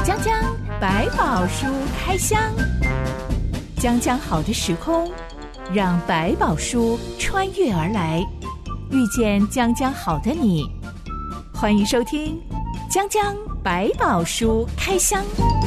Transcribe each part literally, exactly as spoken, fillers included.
江江百宝书开箱，江江好的时空，让百宝书穿越而来，遇见江江好的你。欢迎收听江江百宝书开箱。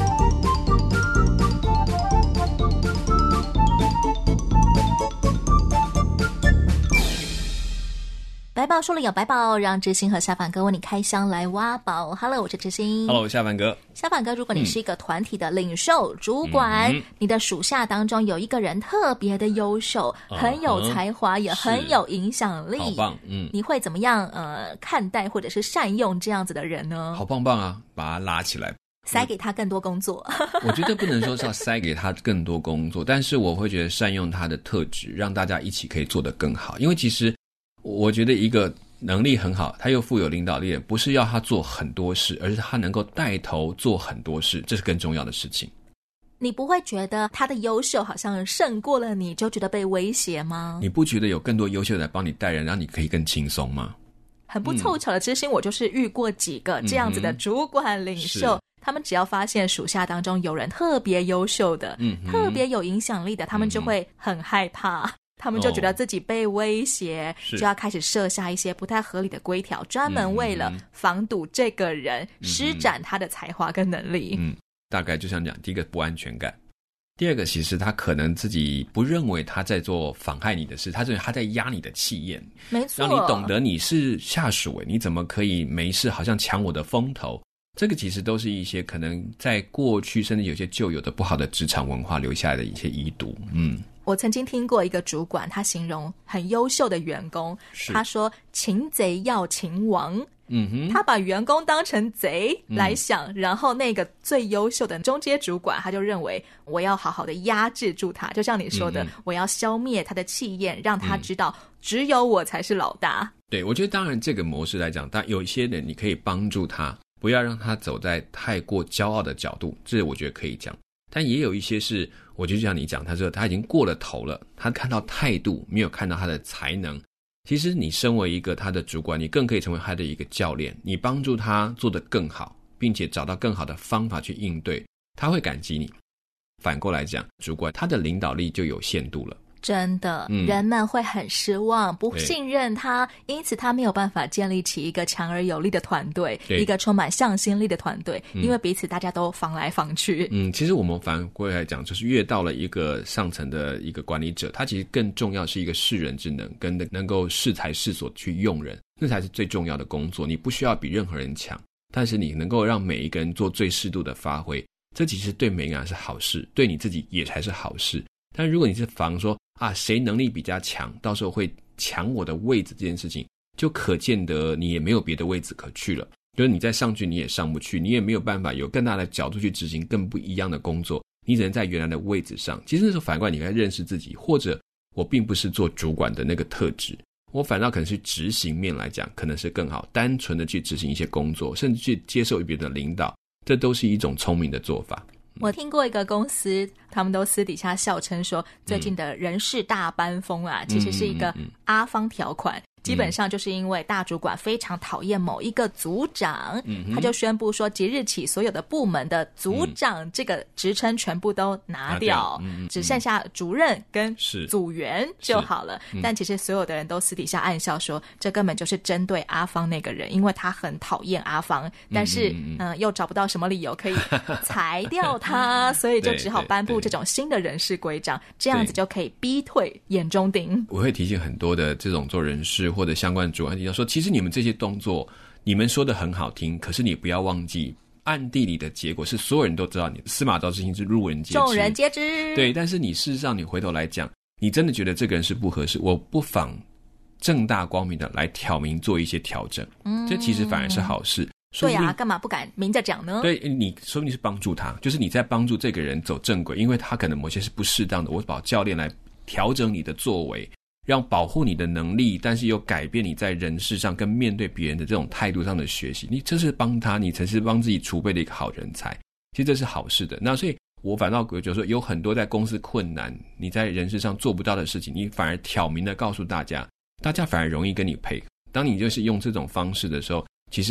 百宝书里有百宝，让知心和下凡哥为你开箱来挖宝。Hello， 我是知心。 Hello， 下凡哥。 下凡哥，如果你是一个团体的领袖、嗯、主管、嗯，你的属下当中有一个人特别的优秀、嗯，很有才华，也很有影响力， 好棒。嗯， 你会怎么样呃看待或者是善用这样子的人呢？ 好棒棒啊，把他拉起来。 塞给他更多工作。 我觉得不能说是要塞给他更多工作，但是我会觉得善用他的特质，让大家一起可以做得更好。因为其实我觉得一个能力很好，他又富有领导力，不是要他做很多事，而是他能够带头做很多事，这是更重要的事情。 你不会觉得他的优秀好像胜过了你，就觉得被威胁吗？ 你不觉得有更多优秀的来帮你带人，让你可以更轻松吗？ 很不凑巧的知心、嗯、我就是遇过几个这样子的主管领袖、嗯、他们只要发现属下当中有人特别优秀的、嗯、特别有影响力的，他们就会很害怕、嗯，他们就觉得自己被威胁、哦、就要开始设下一些不太合理的规条，专门为了防堵这个人施展他的才华跟能力。 嗯，大概就像讲，第一个不安全感，第二个其实他可能自己不认为他在做妨害你的事，他认为他在压你的气焰， 没错， 让你懂得你是下属，你怎么可以没事好像抢我的风头。这个其实都是一些可能在过去甚至有些旧有的不好的职场文化留下来的一些遗毒。嗯，我曾经听过一个主管，他形容很优秀的员工，他说擒贼要擒王。嗯哼，他把员工当成贼来想、嗯、然后那个最优秀的中阶主管，他就认为我要好好的压制住他，就像你说的、嗯、我要消灭他的气焰，让他知道只有我才是老大、嗯、 对，我觉得当然这个模式来讲，但有一些人你可以帮助他，不要让他走在太过骄傲的角度，这我觉得可以讲。但也有一些是我就像你讲，他说他已经过了头了，他看到态度，没有看到他的才能。其实你身为一个他的主管，你更可以成为他的一个教练，你帮助他做得更好，并且找到更好的方法去应对，他会感激你。反过来讲，主管他的领导力就有限度了， 真的、嗯、人们会很失望，不信任他，因此他没有办法建立起一个强而有力的团队，一个充满向心力的团队、嗯、因为彼此大家都防来防去。 嗯，其实我们反过来讲，就是越到了一个上层的一个管理者，他其实更重要是一个识人之能，跟能够适才适所去用人，那才是最重要的工作。你不需要比任何人强，但是你能够让每一个人做最适度的发挥，这其实对每个人是好事，对你自己也才是好事。但如果你是防说啊，谁能力比较强，到时候会抢我的位置这件事情，就可见得你也没有别的位置可去了，就是你再上去你也上不去，你也没有办法有更大的角度去执行更不一样的工作，你只能在原来的位置上。其实那时候反过来你该认识自己，或者我并不是做主管的那个特质，我反倒可能是执行面来讲可能是更好，单纯的去执行一些工作，甚至去接受别人的领导，这都是一种聪明的做法。 我听过一个公司，他们都私底下笑称说，最近的人事大搬风啊、嗯、其实是一个阿方条款、嗯、基本上就是因为大主管非常讨厌某一个组长、嗯、他就宣布说即日起所有的部门的组长这个职称全部都拿掉, 拿掉、嗯、只剩下主任跟组员就好了、嗯、但其实所有的人都私底下暗笑说，这根本就是针对阿方那个人，因为他很讨厌阿方，但是嗯、呃、又找不到什么理由可以裁掉他他所以就只好颁布这种新的人事规章，这样子就可以逼退眼中钉。 我会提醒很多的这种做人事或者相关主管说，其实你们这些动作你们说的很好听，可是你不要忘记暗地里的结果是所有人都知道，你司马昭之心是路人皆知， 众人皆知。 对，但是你事实上你回头来讲，你真的觉得这个人是不合适，我不妨正大光明的来挑明做一些调整、嗯、这其实反而是好事。 对啊，干嘛不敢明着讲呢？ 对，你说不定是帮助他，就是你在帮助这个人走正轨，因为他可能某些是不适当的，我找教练来调整你的作为，让保护你的能力，但是又改变你在人事上跟面对别人的这种态度上的学习，你这是帮他，你才是帮自己储备的一个好人才，其实这是好事的。那所以我反倒觉得说，有很多在公司困难你在人事上做不到的事情，你反而挑明的告诉大家，大家反而容易跟你配合。当你就是用这种方式的时候，其实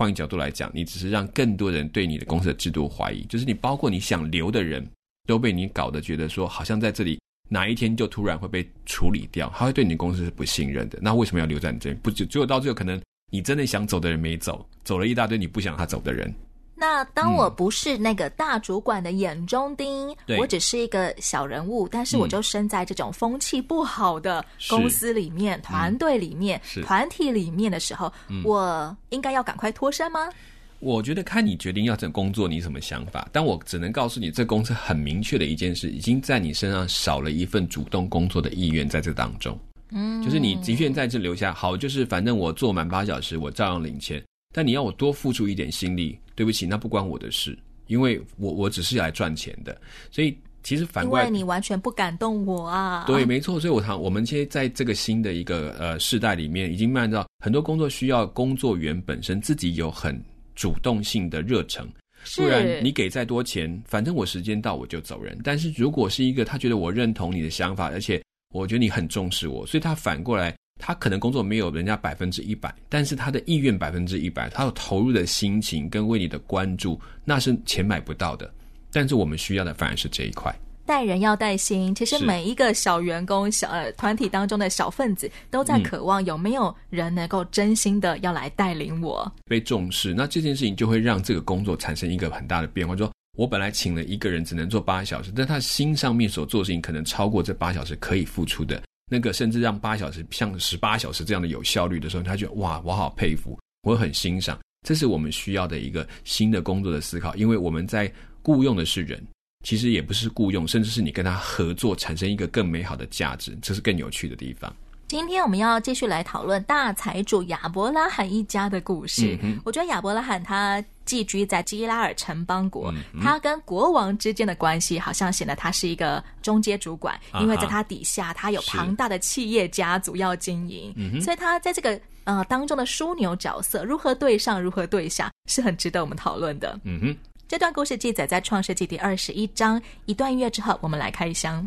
换一个角度来讲，你只是让更多人对你的公司的制度怀疑，就是你包括你想留的人都被你搞得觉得说好像在这里哪一天就突然会被处理掉，他会对你的公司是不信任的。那为什么要留在你这边？不只有到最后可能你真的想走的人没走，走了一大堆你不想他走的人。 那当我不是那个大主管的眼中钉、嗯、我只是一个小人物，但是我就身在这种风气不好的公司里面、嗯、团队里面、团体里面的时候、嗯、我应该要赶快脱身吗？ 我觉得看你决定要这工作你什么想法，但我只能告诉你，这公司很明确的一件事，已经在你身上少了一份主动工作的意愿在这当中。嗯，就是你的确在这留下，好，就是反正我做满八小时我照样领钱，但你要我多付出一点心力，对不起，那不关我的事，因为我我只是来赚钱的。所以其实反过来， 因为你完全不感动我啊。 对，没错。所以我常我们现在在这个新的一个呃世代里面，已经慢慢到很多工作需要工作员本身自己有很主动性的热忱，不然你给再多钱，反正我时间到我就走人。但是如果是一个他觉得我认同你的想法，而且我觉得你很重视我，所以他反过来他可能工作没有人家百分之一百，但是他的意愿百分之一百，他有投入的心情跟为你的关注，那是钱买不到的。但是我们需要的反而是这一块。 带人要带心，其实每一个小员工小呃团体当中的小分子都在渴望有没有人能够真心的要来带领我， 被重视。那这件事情就会让这个工作产生一个很大的变化，说我本来请了一个人只能做八小时，但他心上面所做的事情可能超过这八小时可以付出的那个，甚至让八小时像十八小时这样的有效率的时候，他觉得哇，我好佩服，我很欣赏。这是我们需要的一个新的工作的思考，因为我们在雇用的是人，其实也不是雇佣，甚至是你跟他合作产生一个更美好的价值，这是更有趣的地方。 今天我们要继续来讨论大财主亚伯拉罕一家的故事、嗯、我觉得亚伯拉罕他寄居在基拉尔城邦国、嗯、他跟国王之间的关系好像显得他是一个中阶主管、啊、因为在他底下他有庞大的企业家族要经营、嗯、所以他在这个呃当中的枢纽角色如何对上如何对下是很值得我们讨论的。嗯哼，这段故事记载在创世纪第二十一章，一段音乐之后我们来开箱。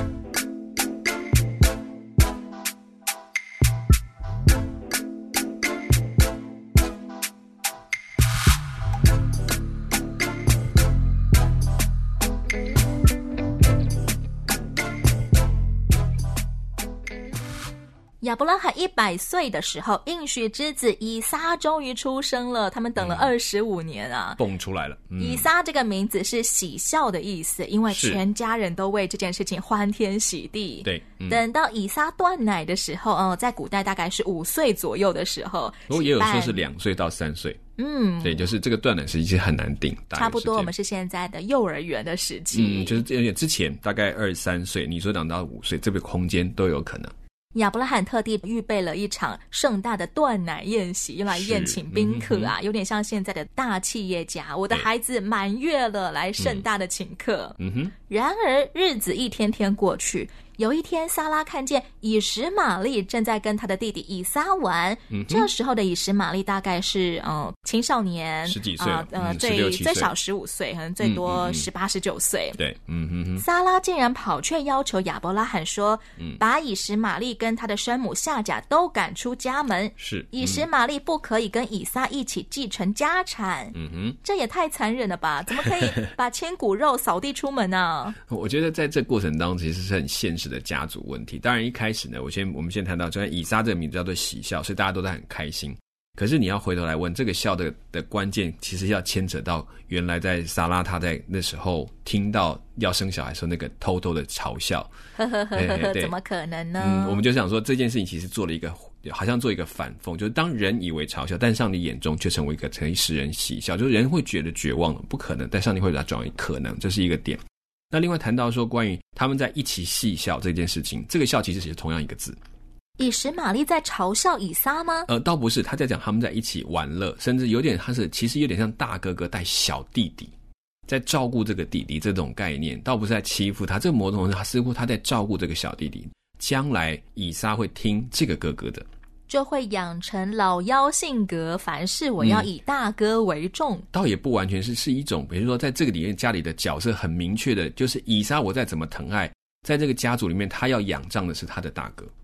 亚伯拉罕一百岁的时候，应许之子以撒终于出生了。他们等了二十五年啊， 蹦出来了、嗯。 以撒这个名字是喜笑的意思，因为全家人都为这件事情欢天喜地。 对、嗯， 等到以撒断奶的时候，哦，在古代大概是五岁左右的时候， 不过也有说是两岁到三岁。嗯，对，就是这个断奶时期很难定， 差不多我们是现在的幼儿园的时期。 嗯，就是有点之前大概二十三岁，你说等到五岁，这个空间都有可能。 亚伯拉罕特地预备了一场盛大的断奶宴席，用来宴请宾客啊、嗯，有点像现在的大企业家。我的孩子满月了，来盛大的请客。嗯哼。然而日子一天天过去，有一天撒拉看见以实玛利正在跟他的弟弟以撒玩、嗯、这时候的以实玛利大概是呃青少年， 十几岁、呃嗯、最最少十五岁，可能最多十八十九岁。 对，嗯哼哼。 撒拉竟然跑却要求亚伯拉罕说、嗯、把以实玛利跟他的生母夏甲都赶出家门， 是、嗯、 以实玛利不可以跟以撒一起继承家产。嗯哼，这也太残忍了吧，怎么可以把千骨肉扫地出门呢？ 我觉得在这过程当中其实是很现实的家族问题。当然一开始呢，我先我们先谈到就以撒这个名字叫做喜笑，所以大家都在很开心。可是你要回头来问，这个笑的的关键其实要牵扯到原来在撒拉他在那时候听到要生小孩的时候那个偷偷的嘲笑。 呵呵呵呵呵，怎么可能呢？ 嗯，我们就想说这件事情其实做了一个好像做一个反讽，就是当人以为嘲笑，但上帝眼中却成为一个可以使人喜笑，就是人会觉得绝望了，不可能，但上帝会把它转为可能，这是一个点。那另外谈到说关于他们在一起戏笑这件事情，这个笑其实是同样一个字。 以实玛利在嘲笑以撒吗？ 呃，倒不是，他在讲他们在一起玩乐，甚至有点他是其实有点像大哥哥带小弟弟，在照顾这个弟弟这种概念，倒不是在欺负他。这个某种程度似乎他在照顾这个小弟弟，将来以撒会听这个哥哥的， 就会养成老幺性格，凡事我要以大哥为重、嗯、 倒也不完全是是一种比如说在这个里面家里的角色很明确的，就是以撒我再怎么疼爱，在这个家族里面他要仰仗的是他的大哥。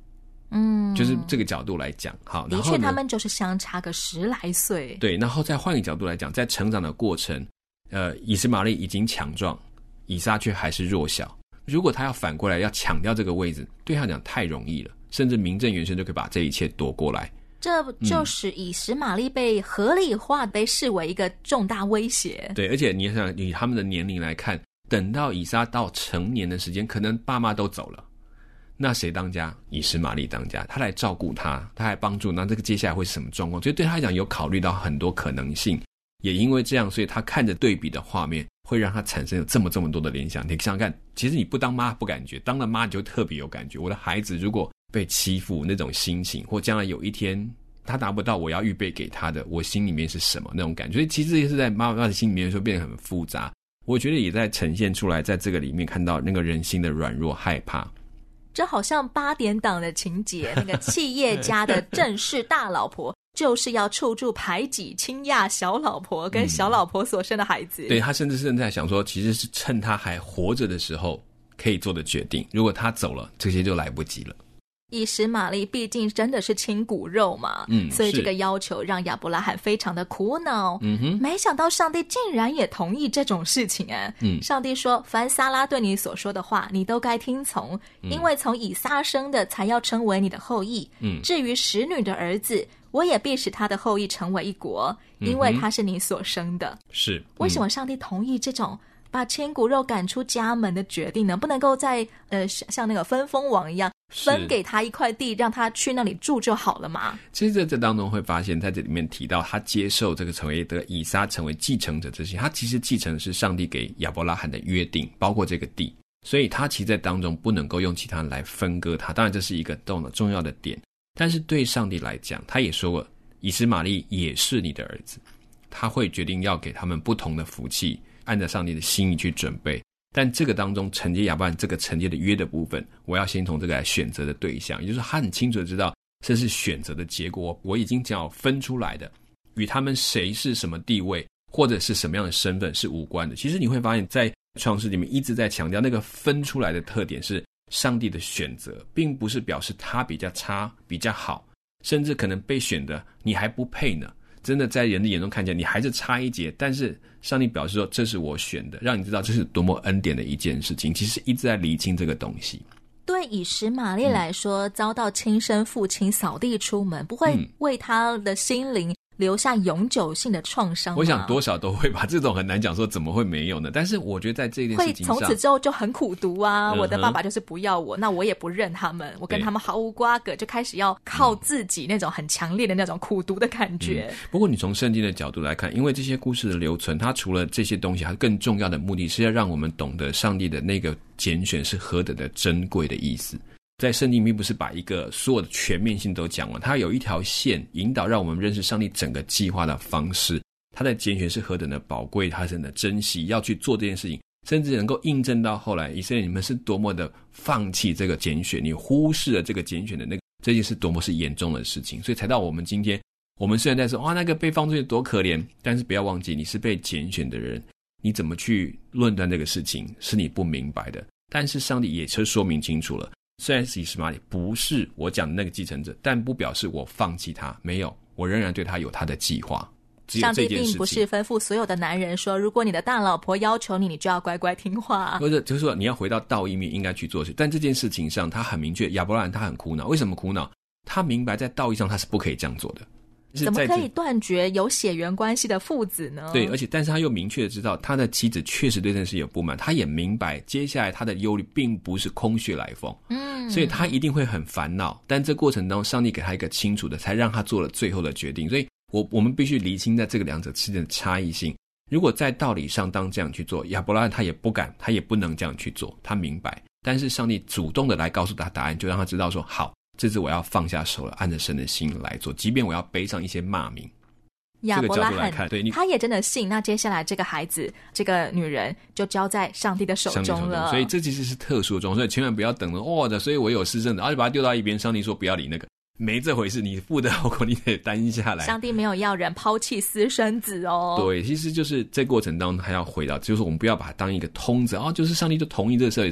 嗯， 就是这个角度来讲。好， 的确他们就是相差个十来岁。 对，然后再换一个角度来讲，在成长的过程，呃，以实玛利已经强壮，以撒却还是弱小。如果他要反过来要抢掉这个位置，对他讲太容易了，甚至名正言顺就可以把这一切夺过来。 这就使以实玛利被合理化，被视为一个重大威胁。 对，而且你想以他们的年龄来看，等到以撒到成年的时间，可能爸妈都走了，那谁当家？以实玛利当家，他来照顾他，他来帮助，那这个接下来会是什么状况？所以对他来讲有考虑到很多可能性，也因为这样，所以他看着对比的画面，会让他产生有这么这么多的联想。你想想看，其实你不当妈不感觉，当了妈你就特别有感觉。我的孩子如果被欺负那种心情，或将来有一天他达不到我要预备给他的，我心里面是什么那种感觉。所以其实也是在妈妈的心里面的时候变得很复杂，我觉得也在呈现出来，在这个里面看到那个人心的软弱害怕。 这好像八点档的情节，那个企业家的正式大老婆就是要处处排挤倾轧小老婆跟小老婆所生的孩子、嗯、 对，他甚至是在想说其实是趁他还活着的时候可以做的决定，如果他走了这些就来不及了。 以实玛利毕竟真的是亲骨肉嘛，嗯，所以这个要求让亚伯拉罕非常的苦恼。嗯哼，没想到上帝竟然也同意这种事情哎。嗯，上帝说，凡撒拉对你所说的话，你都该听从，因为从以撒生的才要称为你的后裔。嗯，至于使女的儿子，我也必使他的后裔成为一国，因为他是你所生的。是、嗯，为什么上帝同意这种把亲骨肉赶出家门的决定呢？不能够在呃像那个分封王一样分给他一块地让他去那里住就好了嘛？ 其实在这当中会发现，在这里面提到他接受这个成为的以撒成为继承者这些，他其实继承的是上帝给亚伯拉罕的约定，包括这个地，所以他其实在当中不能够用其他人来分割他。当然这是一个重要的点，但是对上帝来讲，他也说过以实玛利也是你的儿子，他会决定要给他们不同的福气，按照上帝的心意去准备。但这个当中承接亚伯兰这个承接的约的部分，我要先从这个来选择的对象，也就是他很清楚的知道这是选择的结果，我已经讲分出来的，与他们谁是什么地位或者是什么样的身份是无关的。其实你会发现在创世里面一直在强调那个分出来的特点是上帝的选择，并不是表示他比较差比较好，甚至可能被选的你还不配呢，真的在人的眼中看起来你还是差一截，但是上帝表示说这是我选的，让你知道这是多么恩典的一件事情。其实一直在厘清这个东西。 对以实玛利来说、嗯、遭到亲生父亲扫地出门，不会为他的心灵留下永久性的创伤吗？ 我想多少都会吧，这种很难讲说怎么会没有呢？但是我觉得在这件事情上会从此之后就很苦读啊、嗯、我的爸爸就是不要我，那我也不认他们，我跟他们毫无瓜葛，就开始要靠自己那种很强烈的那种苦读的感觉、嗯、 不过你从圣经的角度来看，因为这些故事的留存，它除了这些东西，它更重要的目的是要让我们懂得上帝的那个拣选是何等的珍贵的意思。在圣经并不是把一个所有的全面性都讲完，它有一条线引导让我们认识上帝整个计划的方式，他的拣选是何等的宝贵，他是何等的珍惜，要去做这件事情，甚至能够印证到后来以色列你们是多么的放弃这个拣选，你忽视了这个拣选的那个，这件事多么是严重的事情。所以才到我们今天，我们虽然在说哇那个被放出去多可怜，但是不要忘记你是被拣选的人，你怎么去论断这个事情是你不明白的。但是上帝也是说明清楚了，虽然以实玛利不是我讲的那个继承者，但不表示我放弃他，没有，我仍然对他有他的计划。 上帝并不是吩咐所有的男人说，如果你的大老婆要求你，你就要乖乖听话， 或者就是说你要回到道义面应该去做事。但这件事情上他很明确，亚伯拉罕他很苦恼，为什么苦恼？他明白在道义上他是不可以这样做的， 怎么可以断绝有血缘关系的父子呢？ 对，而且但是他又明确的知道他的妻子确实对这件事有不满，他也明白接下来他的忧虑并不是空穴来风，嗯，所以他一定会很烦恼。但这过程当中上帝给他一个清楚的，才让他做了最后的决定。所以我我们必须厘清在这个两者之间的差异性。如果在道理上当这样去做，亚伯拉罕他也不敢，他也不能这样去做，他明白，但是上帝主动的来告诉他答案，就让他知道说好，这次我要放下手了，按着神的心来做，即便我要背上一些骂名。 亚伯拉罕、这个、他也真的信，那接下来这个孩子这个女人就交在上帝的手中了。 所以这其实是特殊的状况，所以千万不要等了哦的，所以我有私生子，然后就把它丢到一边，上帝说不要理那个，没这回事，你负的后果你得担下来。 上帝没有要人抛弃私生子哦。 对，其实就是这过程当中还要回到，就是我们不要把它当一个通则哦，就是上帝就同意这个事情，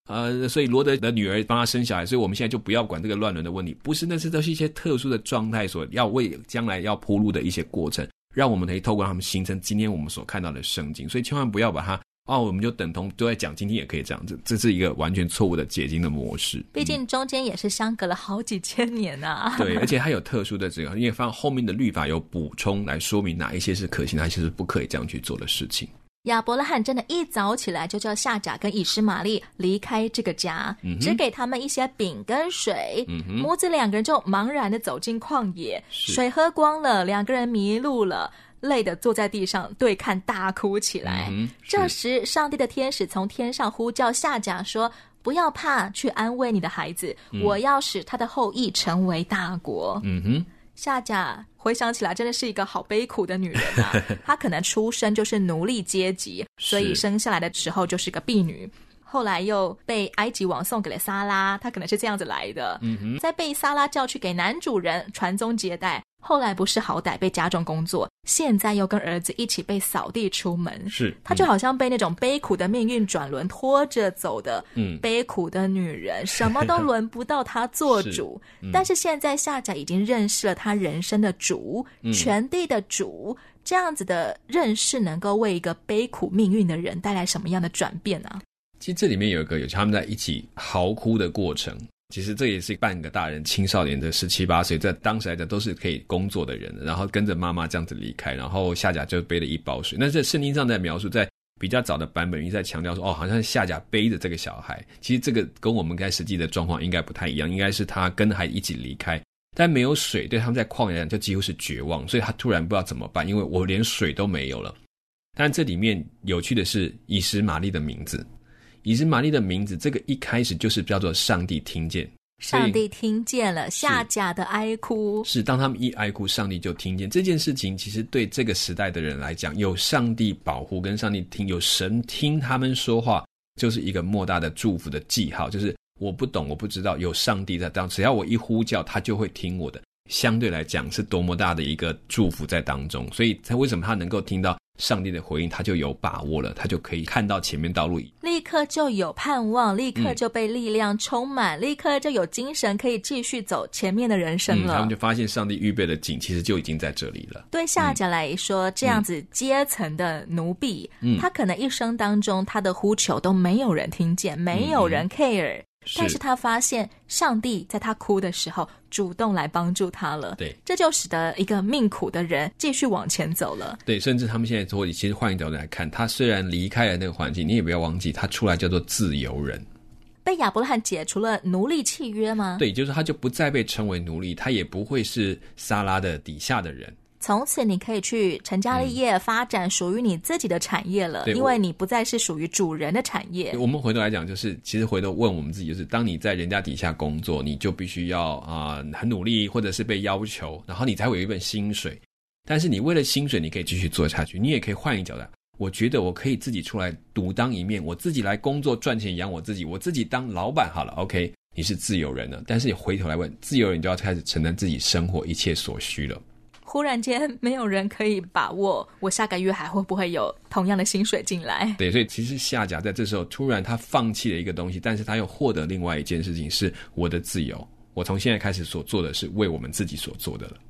呃，所以罗德的女儿帮他生小孩，所以我们现在就不要管这个乱伦的问题。不是，那是都是一些特殊的状态所要为将来要铺路的一些过程，让我们可以透过他们形成今天我们所看到的圣经。所以千万不要把它哦，我们就等同都在讲今天也可以这样子，这是一个完全错误的解经的模式。 毕竟中间也是相隔了好几千年啊。 对，而且它有特殊的这个，因为放后面的律法有补充来说明哪一些是可行，哪一些是不可以这样去做的事情。 亚伯拉罕真的一早起来就叫夏甲跟以实玛利离开这个家，嗯、只给他们一些饼跟水，嗯、母子两个人就茫然的走进旷野，水喝光了，两个人迷路了，累得坐在地上对看大哭起来。嗯、这时上帝的天使从天上呼叫夏甲说，不要怕，去安慰你的孩子，嗯、我要使他的后裔成为大国。嗯哼，夏甲回想起来真的是一个好悲苦的女人啊。她可能出生就是奴隶阶级，所以生下来的时候就是个婢女，后来又被埃及王送给了撒拉，她可能是这样子来的。嗯哼，再被撒拉叫去给男主人传宗接代，后来不是好歹被加重工作，现在又跟儿子一起被扫地出门。是，她就好像被那种悲苦的命运转轮拖着走的悲苦的女人，嗯、什么都轮不到她做主。是嗯、但是现在夏甲已经认识了她人生的主，嗯、全地的主，这样子的认识能够为一个悲苦命运的人带来什么样的转变啊？ 其实这里面有一个有他们在一起嚎哭的过程。其实这也是半个大人青少年的十七八岁，在当时来讲都是可以工作的人，然后跟着妈妈这样子离开，然后夏甲就背了一包水。那在圣经上在描述，在比较早的版本一直在强调说，哦，好像夏甲背着这个小孩，其实这个跟我们该实际的状况应该不太一样，应该是他跟孩子一起离开，但没有水，对他们在旷野来讲就几乎是绝望，所以他突然不知道怎么办，因为我连水都没有了。但这里面有趣的是以实玛利的名字，以实玛利的名字，这个一开始就是叫做上帝听见， 上帝听见了夏甲的哀哭。 是，当他们一哀哭，上帝就听见这件事情。其实对这个时代的人来讲，有上帝保护跟上帝听，有神听他们说话，就是一个莫大的祝福的记号。就是我不懂，我不知道，有上帝在当，只要我一呼叫，他就会听我的。相对来讲是多么大的一个祝福在当中，所以他为什么他能够听到上帝的回应，他就有把握了，他就可以看到前面道路， 立刻就有盼望，立刻就被力量充满、嗯、立刻就有精神可以继续走前面的人生了、嗯、他们就发现上帝预备的景其实就已经在这里了。 对夏甲来说、嗯、这样子阶层的奴婢、嗯、他可能一生当中他的呼求都没有人听见、嗯、没有人 care、嗯，但是他发现上帝在他哭的时候主动来帮助他了，对，这就使得一个命苦的人继续往前走了。 对，甚至他们现在说，其实换一个角度来看，他虽然离开了那个环境，你也不要忘记他出来叫做自由人， 被亚伯拉罕解除了奴隶契约吗？ 对，就是他就不再被称为奴隶，他也不会是撒拉的底下的人， 从此你可以去成家立业、嗯、发展属于你自己的产业了，因为你不再是属于主人的产业。 我们回头来讲，就是其实回头问我们自己，就是当你在人家底下工作，你就必须要啊、呃、很努力，或者是被要求，然后你才会有一份薪水。但是你为了薪水，你可以继续做下去，你也可以换一个角度，我觉得我可以自己出来独当一面，我自己来工作赚钱养我自己，我自己当老板好了 OK， 你是自由人了。但是你回头来问，自由人就要开始承担自己生活一切所需了。 忽然间没有人可以把握我下个月还会不会有同样的薪水进来。 对，所以其实夏甲在这时候突然他放弃了一个东西，但是他又获得另外一件事情，是我的自由，我从现在开始所做的是为我们自己所做的了。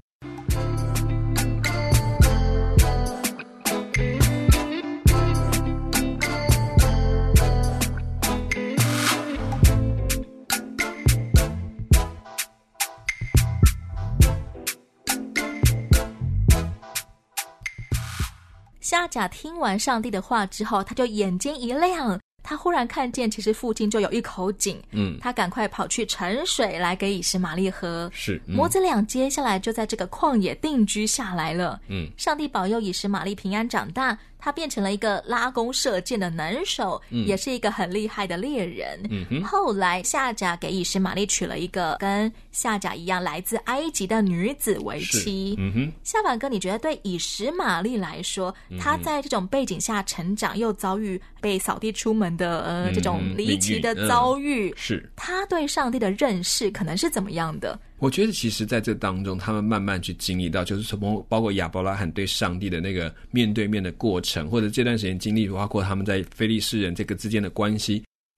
夏甲听完上帝的话之后，他就眼睛一亮，他忽然看见其实附近就有一口井，嗯，他赶快跑去盛水来给以实玛利喝。是、嗯、母子俩接下来就在这个旷野定居下来了。嗯，上帝保佑以实玛利平安长大，他变成了一个拉弓射箭的能手、嗯、也是一个很厉害的猎人。嗯哼，后来夏甲给以实玛利娶了一个跟夏甲一样来自埃及的女子为妻。嗯哼，夏凡哥，你觉得对以实玛利来说、嗯、他在这种背景下成长，又遭遇被扫地出门的呃、嗯、这种离奇的遭遇、嗯、是他对上帝的认识可能是怎么样的？ 我觉得其实在这当中他们慢慢去经历到，就是从包括亚伯拉罕对上帝的那个面对面的过程，或者这段时间经历包括他们在非利士人这个之间的关系，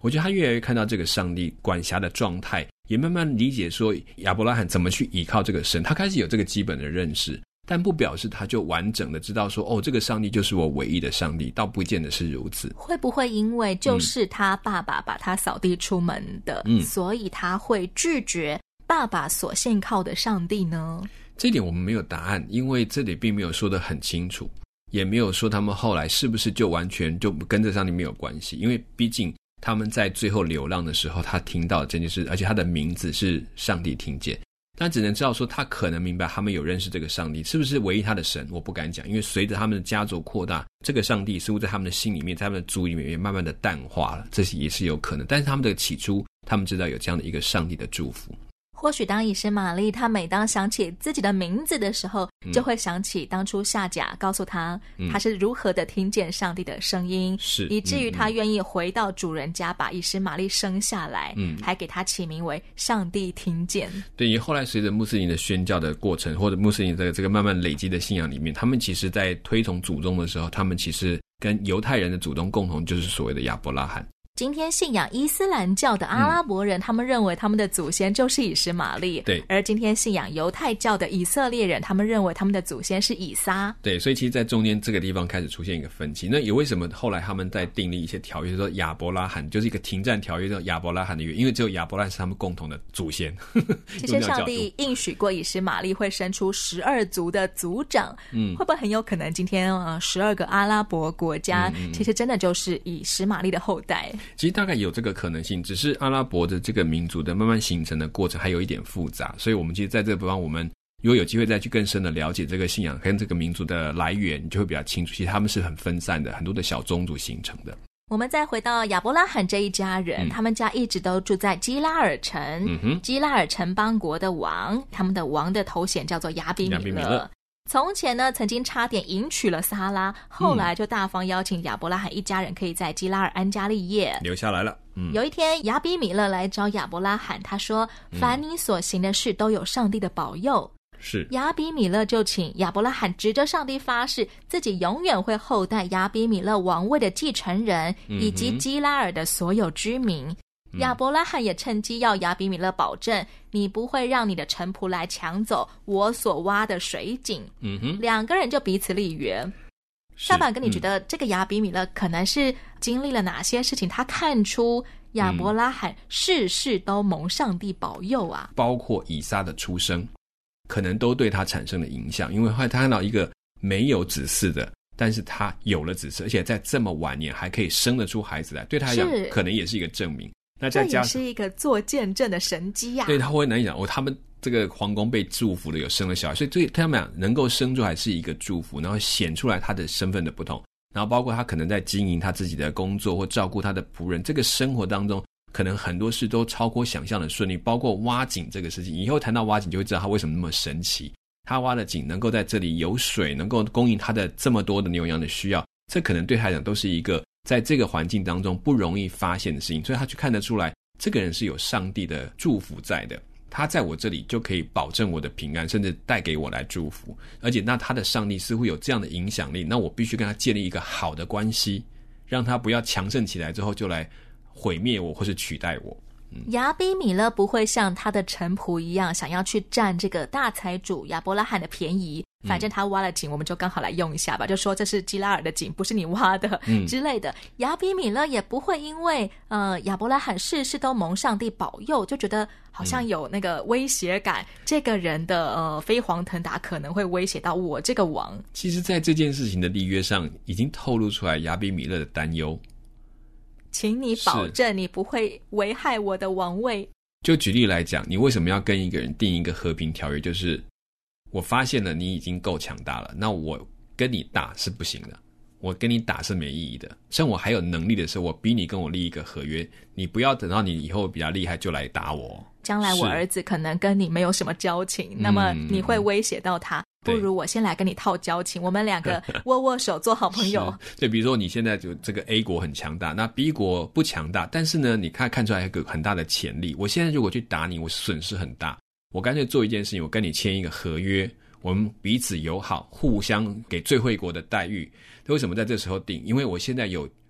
我觉得他越来越看到这个上帝管辖的状态，也慢慢理解说亚伯拉罕怎么去依靠这个神，他开始有这个基本的认识，但不表示他就完整的知道说，哦，这个上帝就是我唯一的上帝，倒不见得是如此。 会不会因为就是他爸爸把他扫地出门的、嗯、所以他会拒绝爸爸所信靠的上帝呢？ 这一点我们没有答案，因为这里并没有说得很清楚，也没有说他们后来是不是就完全就跟这上帝没有关系，因为毕竟他们在最后流浪的时候，他听到这件事，而且他的名字是上帝听见，但只能知道说他可能明白他们有认识这个上帝，是不是唯一他的神我不敢讲，因为随着他们的家族扩大，这个上帝似乎在他们的心里面，在他们的族里面也慢慢的淡化了，这也是有可能。但是他们的起初他们知道有这样的一个上帝的祝福。 或许当以实玛利他每当想起自己的名字的时候、嗯、就会想起当初夏甲告诉他、嗯、他是如何的听见上帝的声音，是以至于他愿意回到主人家把以实玛利生下来、嗯、还给他起名为上帝听见。 对，也后来随着穆斯林的宣教的过程，或者穆斯林的这个慢慢累积的信仰里面，他们其实在推崇祖宗的时候，他们其实跟犹太人的祖宗共同就是所谓的亚伯拉罕。 今天信仰伊斯兰教的阿拉伯人、嗯、他们认为他们的祖先就是以实玛利， 对， 而今天信仰犹太教的以色列人，他们认为他们的祖先是以撒， 对，所以其实在中间这个地方开始出现一个分歧。那也为什么后来他们在订立一些条约，说亚伯拉罕就是一个停战条约，叫亚伯拉罕的约，因为只有亚伯拉罕是他们共同的祖先。 其实上帝应许过以实玛利会生出十二族的族长，嗯，会不会很有可能今天呃十二个阿拉伯国家、嗯嗯、其实真的就是以实玛利的后代？ 其实大概有这个可能性，只是阿拉伯的这个民族的慢慢形成的过程还有一点复杂，所以我们其实在这个地方，我们如果有机会再去更深的了解这个信仰跟这个民族的来源，你就会比较清楚，其实他们是很分散的，很多的小宗族形成的。 我们再回到亚伯拉罕这一家人、嗯、他们家一直都住在基拉尔城、嗯、哼基拉尔城邦国的王，他们的王的头衔叫做亚比米勒, 亚比米勒从前呢曾经差点迎娶了撒拉，后来就大方邀请亚伯拉罕一家人可以在基拉尔安家立业， 留下来了、嗯、 有一天亚比米勒来找亚伯拉罕，他说凡你所行的事都有上帝的保佑、嗯、是亚比米勒就请亚伯拉罕指着上帝发誓，自己永远会厚待亚比米勒王位的继承人以及基拉尔的所有居民、嗯亚伯拉罕也趁机要亚比米勒保证，你不会让你的臣仆来抢走我所挖的水井。嗯哼，两个人就彼此立约。下板哥，你觉得这个亚比米勒可能是经历了哪些事情？他看出亚伯拉罕事事都蒙上帝保佑啊， 包括以撒的出生，可能都对他产生了影响，因为后来他看到一个没有子嗣的。但是他有了子嗣，而且在这么晚年还可以生得出孩子来，对他来讲可能也是一个证明。那再加上这也是一个做见证的神迹啊！ 对，他会难以讲哦，他们这个皇宫被祝福的有生了小孩，所以对他们俩能够生出来是一个祝福，然后显出来他的身份的不同，然后包括他可能在经营他自己的工作或照顾他的仆人，这个生活当中可能很多事都超过想象的顺利，包括挖井这个事情。以后谈到挖井就会知道他为什么那么神奇，他挖的井能够在这里有水，能够供应他的这么多的牛羊的需要，这可能对他来讲都是一个在这个环境当中不容易发现的事情，所以他去看得出来这个人是有上帝的祝福在的，他在我这里就可以保证我的平安，甚至带给我来祝福，而且那他的上帝似乎有这样的影响力，那我必须跟他建立一个好的关系，让他不要强盛起来之后就来毁灭我或是取代我。 亚比米勒不会像他的臣仆一样想要去占这个大财主亚伯拉罕的便宜，反正他挖了井我们就刚好来用一下吧，就说这是基拉尔的井不是你挖的、嗯、之类的。亚比米勒也不会因为呃亚伯拉罕事事都蒙上帝保佑就觉得好像有那个威胁感、嗯、这个人的呃飞黄腾达可能会威胁到我这个王。 其实在这件事情的立约上已经透露出来亚比米勒的担忧， 请你保证你不会危害我的王位。 就举例来讲，你为什么要跟一个人订一个和平条约，就是我发现了你已经够强大了，那我跟你打是不行的，我跟你打是没意义的，趁我还有能力的时候我逼你跟我立一个合约，你不要等到你以后比较厉害就来打我， 将来我儿子可能跟你没有什么交情，那么你会威胁到他、嗯，不如我先来跟你套交情，我们两个握握手做好朋友。 对，比如说你现在就这个 A 国很强大，那 B 国不强大，但是呢你看看出来有个很大的潜力，我现在如果去打你我损失很大，我干脆做一件事情，我跟你签一个合约，我们彼此友好，互相给最惠国的待遇。为什么在这时候定？因为我现在有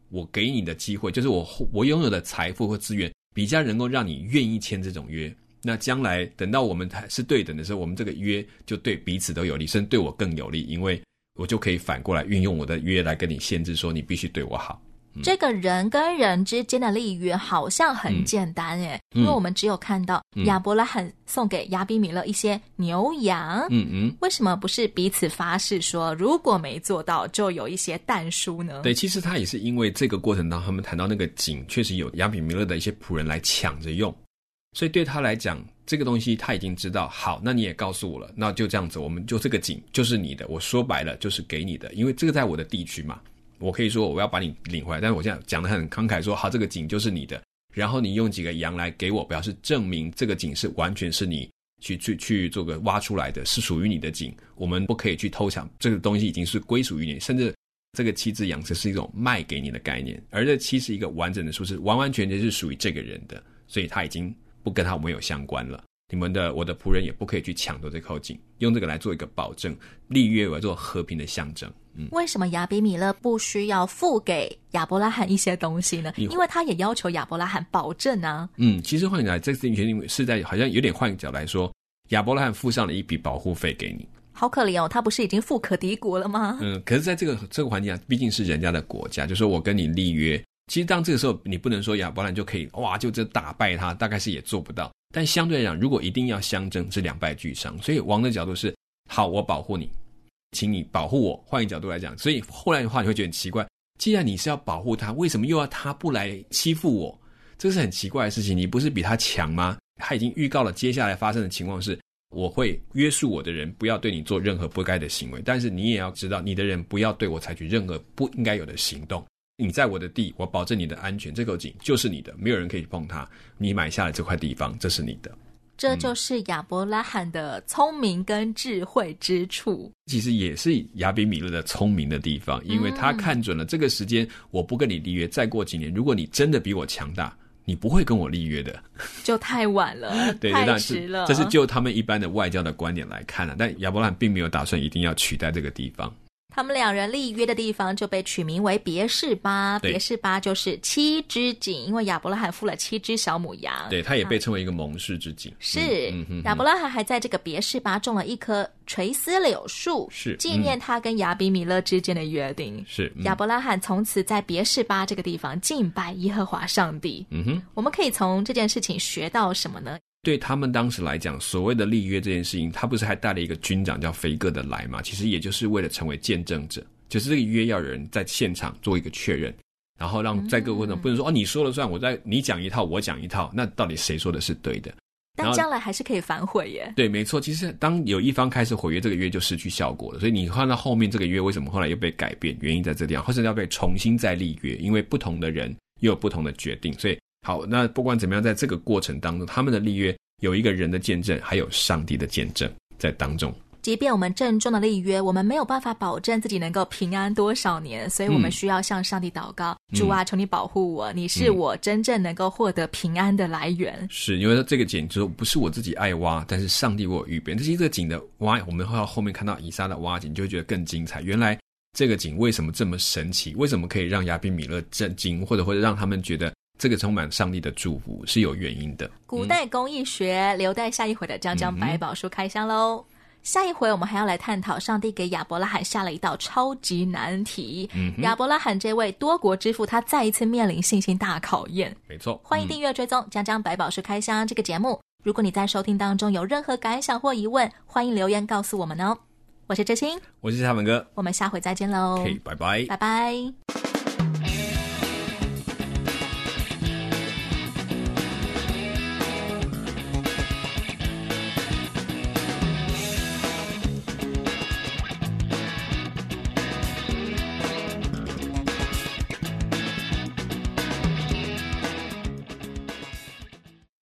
我给你的机会，就是我我拥有的财富或资源比较能够让你愿意签这种约，那将来等到我们是对等的时候，我们这个约就对彼此都有利，甚至对我更有利，因为我就可以反过来运用我的约来跟你限制说你必须对我好。 这个人跟人之间的立约好像很简单耶、嗯、因为我们只有看到亚伯拉罕送给亚比米勒一些牛羊，嗯嗯，为什么不是彼此发誓说如果没做到就有一些但书呢？ 对，其实他也是因为这个过程当中他们谈到那个井确实有亚比米勒的一些仆人来抢着用，所以对他来讲这个东西他已经知道，好，那你也告诉我了，那就这样子，我们就这个井就是你的，我说白了就是给你的，因为这个在我的地区嘛，我可以说我要把你领回来，但是我现在讲得很慷慨说好，这个井就是你的，然后你用几个羊来给我，表示证明这个井是完全是你去去去做个挖出来的，是属于你的井，我们不可以去偷抢，这个东西已经是归属于你，甚至这个七只羊只是一种卖给你的概念，而这七是一个完整的数字，完完全全是属于这个人的，所以他已经不跟他没有相关了，你们的我的仆人也不可以去抢夺这口井，用这个来做一个保证，立约来做和平的象征。嗯，为什么亚比米勒不需要付给亚伯拉罕一些东西呢？因为他也要求亚伯拉罕保证啊。 嗯，其实换起来，这个是在好像有点换个角来说，亚伯拉罕付上了一笔保护费给你。 好可怜哦，他不是已经富可敌国了吗？ 嗯，可是在这个这个环境下，毕竟是人家的国家，就说我跟你立约，其实当这个时候你不能说亚伯拉罕就可以哇就这打败他，大概是也做不到。但相对来讲，如果一定要相争，是两败俱伤。所以王的角度是，好，我保护你，请你保护我。换一个角度来讲，所以后来的话你会觉得很奇怪，既然你是要保护他，为什么又要他不来欺负我？这是很奇怪的事情，你不是比他强吗？他已经预告了接下来发生的情况是，我会约束我的人不要对你做任何不该的行为，但是你也要知道，你的人不要对我采取任何不应该有的行动。你在我的地，我保证你的安全，这口井就是你的，没有人可以碰它，你买下了这块地方，这是你的。 这就是亚伯拉罕的聪明跟智慧之处， 其实也是亚比米勒的聪明的地方，因为他看准了这个时间，我不跟你立约，再过几年如果你真的比我强大，你不会跟我立约的， 就太晚了对，太迟了。 这是就他们一般的外交的观点来看了，但亚伯拉罕并没有打算一定要取代这个地方。 他们两人立约的地方就被取名为别是巴，别是巴就是七只井，因为亚伯拉罕付了七只小母羊， 对，他也被称为一个盟誓之井。 是、嗯嗯、亚伯拉罕还在这个别是巴种了一棵垂丝柳树， 是纪念他跟亚比米勒之间的约定。 是、嗯、 亚伯拉罕从此在别是巴这个地方敬拜耶和华上帝。嗯哼，我们可以从这件事情学到什么呢？ 对他们当时来讲，所谓的立约这件事情，他不是还带了一个军长叫腓哥的来嘛？其实也就是为了成为见证者，就是这个约要有人在现场做一个确认，然后让在各个过程、嗯、不能说哦你说了算，我在你讲一套我讲一套，那到底谁说的是对的？ 但将来还是可以反悔耶。 对，没错，其实当有一方开始毁约，这个约就失去效果了。所以你看到后面这个约为什么后来又被改变，原因在这地方，或者要被重新再立约，因为不同的人又有不同的决定。所以好，那不管怎么样，在这个过程当中，他们的立约有一个人的见证，还有上帝的见证在当中。 即便我们郑重的立约，我们没有办法保证自己能够平安多少年，所以我们需要向上帝祷告、嗯、主啊，求你保护我，你是我真正能够获得平安的来源。嗯、 是因为这个井就不是我自己爱挖，但是上帝为我预备。这些这个井的挖，我们会到后面看到以撒的挖井，就会觉得更精彩。原来这个井为什么这么神奇？为什么可以让亚比米勒震惊，或者会让他们觉得这个充满上帝的祝福，是有原因的。 古代工艺学、嗯、留待下一回的江江百宝书开箱咯、嗯、下一回我们还要来探讨上帝给亚伯拉罕下了一道超级难题、嗯、亚伯拉罕这位多国之父，他再一次面临信心大考验。 没错， 欢迎订阅追踪江江百宝书开箱这个节目。如果你在收听当中有任何感想或疑问，欢迎留言告诉我们哦。我是哲青， 我是夏文哥， 我们下回再见咯。 OK， 拜拜， 拜拜。